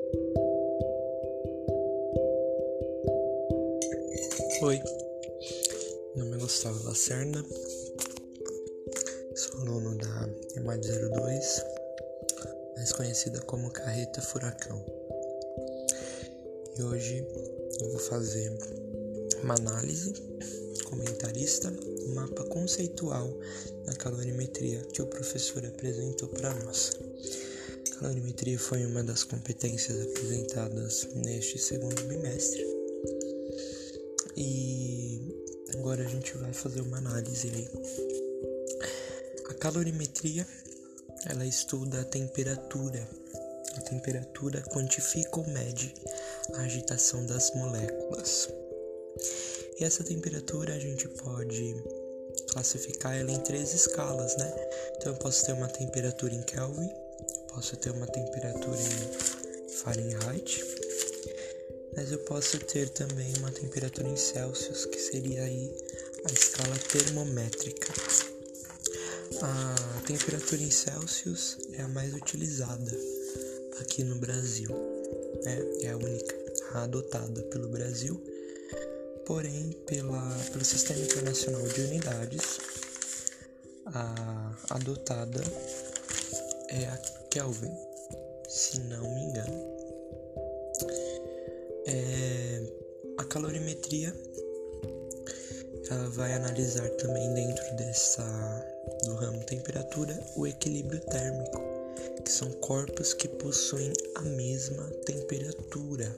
Oi, meu nome é Gustavo Lacerda, sou aluno da EMAD 02, mais conhecida como Carreta Furacão. E hoje eu vou fazer uma análise comentarista, um mapa conceitual da calorimetria que o professor apresentou para nós. A calorimetria foi uma das competências apresentadas neste segundo bimestre. E agora a gente vai fazer uma análise aí. A calorimetria, ela estuda a temperatura. A temperatura quantifica ou mede a agitação das moléculas. E essa temperatura a gente pode classificar ela em 3 escalas, né? Então eu posso ter uma temperatura em Kelvin, posso ter uma temperatura em Fahrenheit, mas eu posso ter também uma temperatura em Celsius, que seria aí a escala termométrica. A temperatura em Celsius é a mais utilizada aqui no Brasil, né? É a única adotada pelo Brasil, porém pelo Sistema Internacional de Unidades, a adotada é a Kelvin, se não me engano. A calorimetria, ela vai analisar também dentro do ramo temperatura o equilíbrio térmico, que são corpos que possuem a mesma temperatura.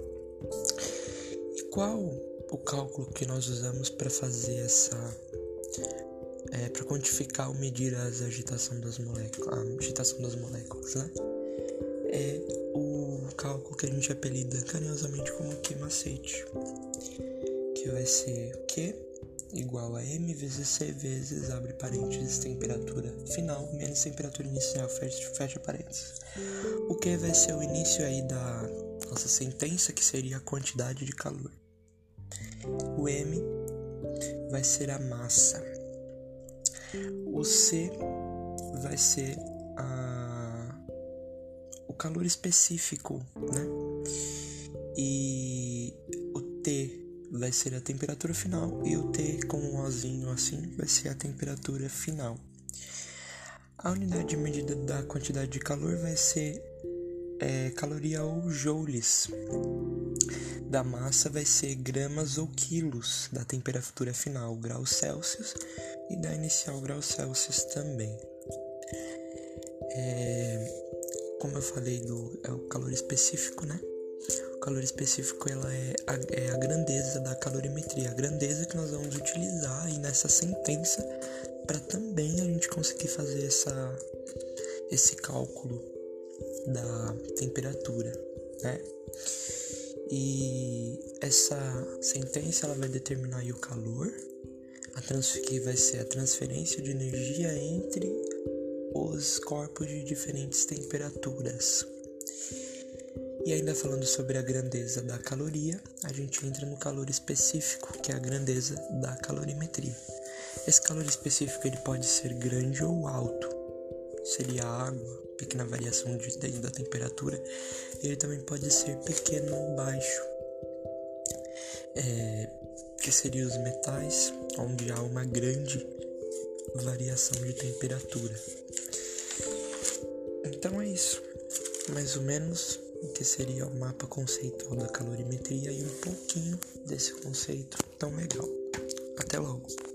E qual o cálculo que nós usamos para fazer para quantificar ou medir a agitação das moléculas, né? É o cálculo que a gente apelida carinhosamente como Q-macete, que vai ser Q igual a M vezes C vezes, abre parênteses, temperatura final menos temperatura inicial, fecha parênteses. O Q vai ser o início aí da nossa sentença, que seria a quantidade de calor. O M vai ser a massa. O C vai ser o calor específico, né? E o T vai ser a temperatura final, e o T com um Ozinho assim vai ser a temperatura final. A unidade de medida da quantidade de calor vai ser caloria ou joules. Da massa vai ser gramas ou quilos. Da temperatura final, graus Celsius, e da inicial, graus Celsius também. Como eu falei, é o calor específico, né? O calor específico, ela é a grandeza da calorimetria, a grandeza que nós vamos utilizar aí nessa sentença para também a gente conseguir fazer esse cálculo da temperatura, né? E essa sentença, ela vai determinar aí o calor, que vai ser a transferência de energia entre os corpos de diferentes temperaturas. E ainda falando sobre a grandeza da caloria, a gente entra no calor específico, que é a grandeza da calorimetria. Esse calor específico, ele pode ser grande ou alto. Seria a água, pequena variação da temperatura. Ele também pode ser pequeno ou baixo, que seriam os metais, onde há uma grande variação de temperatura. Então é isso, mais ou menos, o que seria o mapa conceitual da calorimetria e um pouquinho desse conceito tão legal. Até logo!